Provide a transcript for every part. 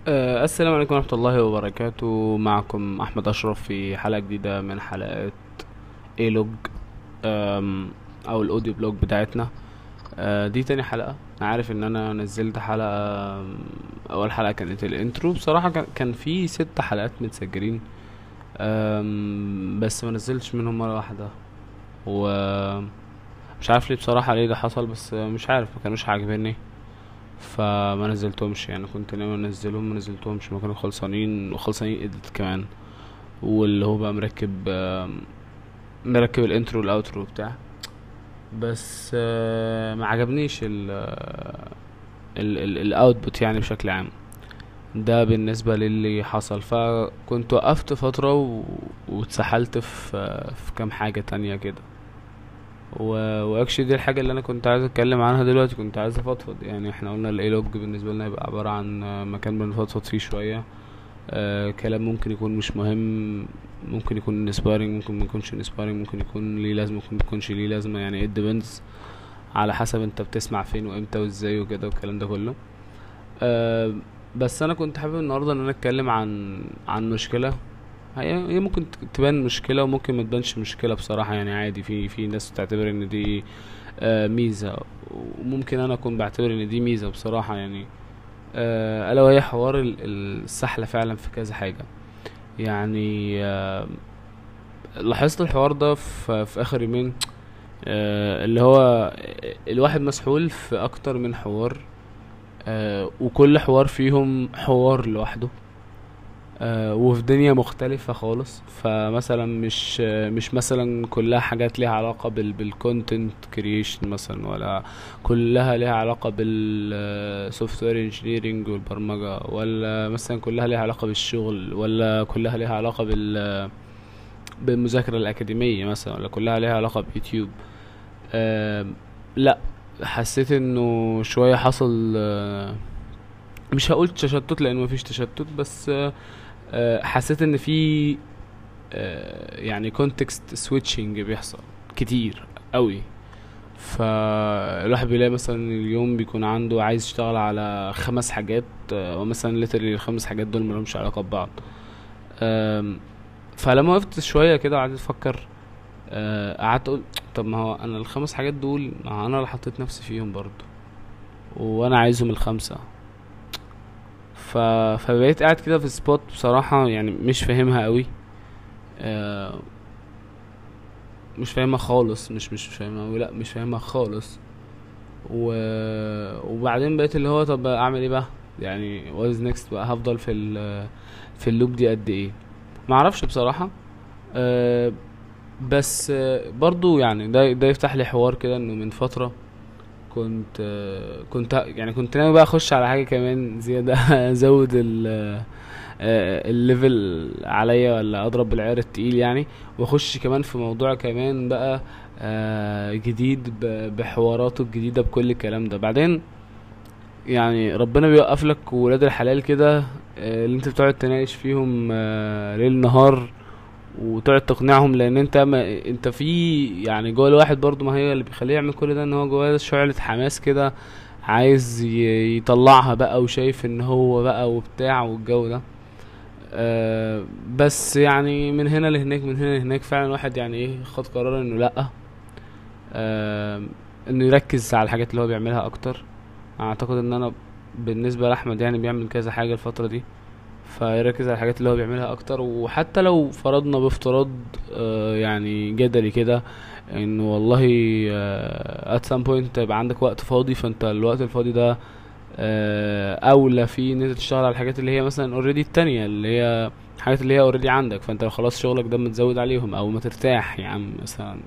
السلام عليكم ورحمة الله وبركاته. معكم أحمد أشرف في حلقة جديدة من حلقات لوج أو الأوديو بلوج بتاعتنا. دي تاني حلقة. أنا عارف إن أنا نزلت حلقة. أول حلقة كانت الانترو. بصراحة كان في 6 حلقات متسجلين، بس ما نزلتش منهم مرة واحدة. ومش عارف ليه بصراحة، ليه ده حصل، بس مش عارف، ما كانوش عاجبيني فما نزلتهمش. يعني كنت ناوي انزلهم، ما نزلتهمش، ما كانوا خلصانين وخلصانين اديت كمان. واللي هو بقى مركب الانترو والاوترو بتاع. بس ما عجبنيش ال الاوتبوت يعني بشكل عام. ده بالنسبة للي حصل. فكنت وقفت فترة واتسحلت في كام حاجة تانية كده. واكشلي دي الحاجة اللي انا كنت عايز اتكلم عنها دلوقتي. كنت عايز افضفض. يعني احنا قلنا الايلوج بالنسبة لنا يبقى عبارة عن مكان بنفضفض فيه شوية. كلام ممكن يكون مش مهم، ممكن يكون انسبايرنج، ممكن ما يكونش انسبايرنج، ممكن يكون ليه لازمة، ممكن ما يكونش ليه لازمة. يعني it depends على حسب انت بتسمع فين وامتى وازاي وكده والكلام ده كله. أه بس انا كنت حابب النهارده ان انا اتكلم عن مشكلة. هي ممكن تبان مشكلة وممكن ما تبانش مشكلة بصراحة. يعني عادي، في ناس بتعتبر ان دي ميزة، وممكن انا اكون بعتبر ان دي ميزة بصراحة. يعني الا وهي حوار السحلة فعلا في كذا حاجة. يعني لاحظت الحوار ده في اخر يومين. اللي هو الواحد مسحول في اكتر من حوار، وكل حوار فيهم حوار لوحده، وفي دنيا مختلفة خالص. فمثلا مش مثلا كلها حاجات ليها علاقة بالكونتنت كرييشن مثلا، ولا كلها ليها علاقة بالسوفت وير انجينيرنج والبرمجة، ولا مثلا كلها ليها علاقة بالشغل، ولا كلها ليها علاقة بالمذاكرة الأكاديمية مثلا، ولا كلها ليها علاقة بيوتيوب. لا، حسيت انه شوية حصل. مش هقول تشتت لان مفيش تشتت، بس حسيت ان في يعني كونتكست سويتشنج بيحصل كتير قوي. فالواحد بيلاقي مثلا اليوم بيكون عنده عايز يشتغل على 5 حاجات، ومثلا ليترلي ال5 حاجات دول ملهمش علاقة ببعض. آم، فلما وقفت شوية كده وقعدت افكر، قعدت اقول طب ما هو انا ال5 حاجات دول، ما هو انا اللي حطيت نفسي فيهم برضو، وانا عايزهم ال5. فبقيت قاعد كده في سبوت بصراحة، يعني مش فاهمها قوي. آه، مش فاهمها خالص. مش فاهمها أوي، لا مش فاهمها خالص. و... وبعدين بقيت اللي هو طب اعمل ايه بقى؟ يعني what is next بقى؟ هفضل في اللوب دي قد ايه؟ ما اعرفش بصراحة. أه بس برضو يعني ده يفتح لي حوار كده. انه من فترة كنت ناوي بقى اخش على حاجة كمان زيادة ازود الليفل عليا، ولا اضرب بالعيار التقيل يعني. واخش كمان في موضوع كمان بقى جديد بحواراته الجديدة بكل الكلام ده. بعدين يعني ربنا بيوقف لك ولاد الحلال كده، اللي انت بتقعد تناقش فيهم ليل نهار، وتقعد تقنعهم. لان انت في يعني جوه الواحد برضو، ما هي اللي بيخليه يعمل كل ده ان هو جواه شعلة حماس كده، عايز يطلعها بقى، وشايف ان هو بقى وبتاع والجو ده. بس يعني من هنا لهناك، من هنا لهناك، فعلا الواحد يعني ايه خد قرار انه لأ. آه انه يركز على الحاجات اللي هو بيعملها اكتر. اعتقد ان انا بالنسبة لاحمد يعني بيعمل كذا حاجة الفترة دي، فيركز على الحاجات اللي هو بيعملها اكتر. وحتى لو فرضنا بافتراض يعني جدلي كده، انه والله at some point انت يبقى عندك وقت فاضي، فانت الوقت الفاضي ده اولى فيه ان انت تشتغل على الحاجات اللي هي مثلا اوريدي التانية، اللي هي الحاجات اللي هي اوريدي عندك. فانت لو خلاص شغلك ده متزود عليهم، او ما ترتاح يا عم مثلا،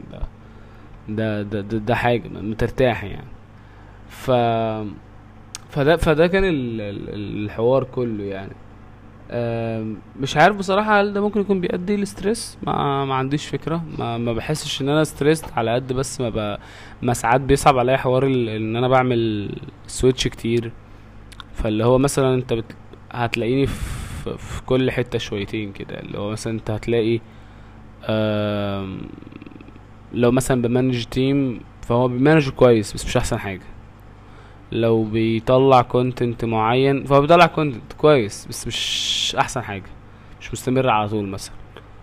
ده حاجة ما ترتاح يعني. ف فده كان الحوار كله يعني. مش عارف بصراحة هل ده ممكن يكون بيؤدي لستريس. ما عنديش فكرة. ما بحسش ان انا ستريسد على قد، بس ما ساعات بيصعب عليا حوار ان انا بعمل سويتش كتير. فاللي هو مثلا انت هتلاقيني في كل حتة شويتين كده. اللي هو مثلا انت هتلاقي آم، لو مثلا بمانج تيم، فهو بيمانج كويس بس مش احسن حاجة. لو بيطلع كونتنت معين فهو بيطلع كونتنت كويس بس مش احسن حاجة، مش مستمر على طول مثلا،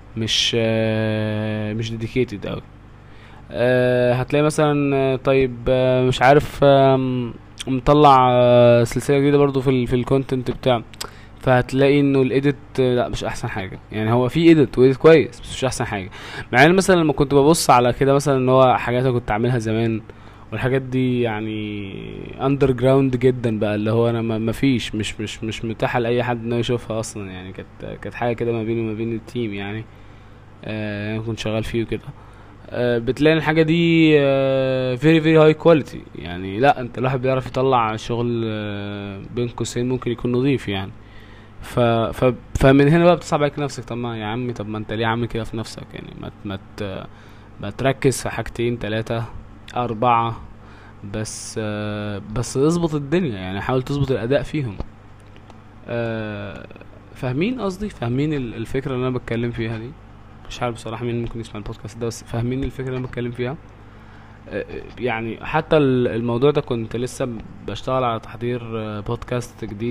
مش ديديكيتد اوي. هتلاقي مثلا طيب مش عارف مطلع سلسلة جديدة برضو في الكونتنت بتاعه، فهتلاقي انه الايديت لا مش احسن حاجه. يعني هو في ايديت وايديت كويس بس مش احسن حاجه. مع ان مثلا لما كنت ببص على كده مثلا ان هو حاجات انا كنت اعملها زمان والحاجات دي يعني اندر جراوند جدا بقى، اللي هو انا ما فيش مش متاحه لاي حد انه يشوفها اصلا. يعني كانت حاجه كده ما بيني وما بين التيم يعني، انا كنت شغال فيه وكده. بتلاقي الحاجه دي very very high quality. يعني لا انت الواحد بيعرف يطلع شغل بين قوسين ممكن يكون نظيف يعني. فمن هنا بقى بتصعب عليك نفسك. طب ما يا عمي، طب ما انت ليه عامل كده في نفسك؟ يعني ما تركز في حاجتين تلاتة أربعة بس. بس اظبط الدنيا، يعني حاول تظبط الأداء فيهم. آه، فاهمين قصدي؟ فاهمين الفكرة اللي أنا بتكلم فيها دي؟ مش عارف بصراحة مين ممكن يسمع البودكاست ده، بس فاهمين الفكرة اللي أنا بتكلم فيها. يعني حتى الموضوع ده كنت لسه بشتغل على تحضير بودكاست جديد،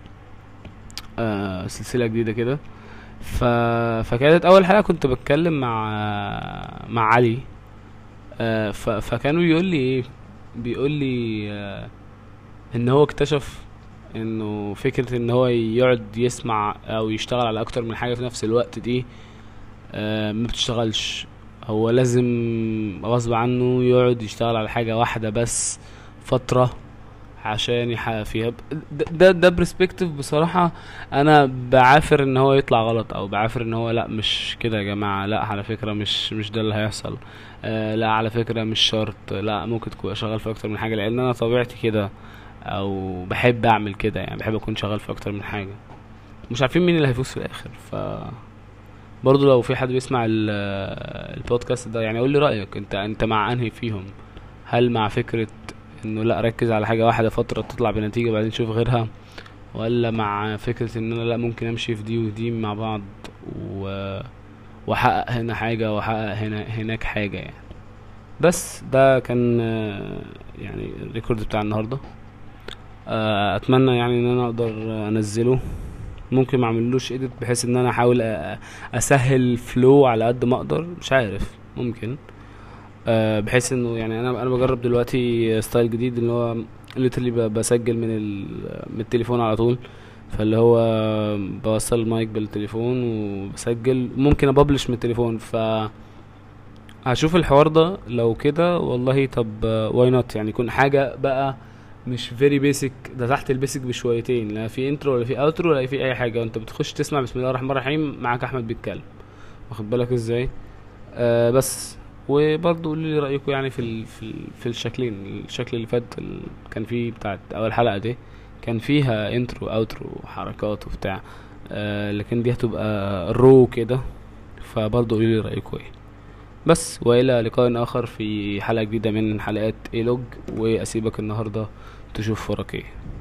سلسلة جديدة كده. ف... فكانت اول حلقة كنت بتكلم مع علي. فكان بيقول لي ايه، بيقول لي ان هو اكتشف انه فكرة ان هو يقعد يسمع او يشتغل على اكتر من حاجة في نفس الوقت دي ما بتشتغلش. هو لازم غصب عنه يقعد يشتغل على حاجة واحدة بس فترة عشان يحقق فيها. ده برسبكتيف بصراحة. انا بعافر ان هو يطلع غلط، او بعافر ان هو لا مش كده يا جماعة، لا على فكرة مش ده اللي هيحصل. لا على فكرة مش شرط، لا ممكن تكون شغال في اكتر من حاجة، لان انا طبيعتي كده او بحب اعمل كده. يعني بحب اكون شغال في اكتر من حاجة. مش عارفين مين اللي هيفوز في الاخر. برضو لو في حد بيسمع البودكاست ده يعني قول لي رأيك، انت مع انهي فيهم؟ هل مع فكرة انه لا ركز على حاجة واحدة فترة تطلع بنتيجة بعدين شوف غيرها، ولا مع فكرة ان انا لا ممكن امشي في دي ودي مع بعض و... واحقق هنا حاجة واحقق هناك حاجة يعني؟ بس ده كان يعني الريكورد بتاع النهاردة. اتمنى يعني ان انا اقدر انزله. ممكن ما اعملوش اديت بحيث ان انا احاول اسهل فلو على قد ما اقدر، مش عارف ممكن بحيث انه يعني انا بجرب دلوقتي ستايل جديد اللي هو اللي بسجل من التليفون على طول. فاللي هو بوصل المايك بالتليفون وبسجل، ممكن ابلش من التليفون. هشوف الحوار ده لو كده والله. طب واي نوت يعني يكون حاجه بقى مش فيري بيسك، ده تحت البيسك بشويتين، لا في انترو ولا في اوترو ولا في اي حاجه، وانت بتخش تسمع بسم الله الرحمن الرحيم معاك احمد بيتكلم. واخد بالك ازاي؟ بس. وبرضه قولوا لي رايكم يعني في الشكلين. الشكل اللي فات كان فيه بتاعت اول حلقه دي كان فيها انترو اوترو حركات وبتاع، لكن دي هتبقى رو كده. فبرضه قولوا لي رايكم ايه. بس والى لقاء اخر في حلقه جديده من حلقات ايلوج، واسيبك النهارده تشوف وراك ايه.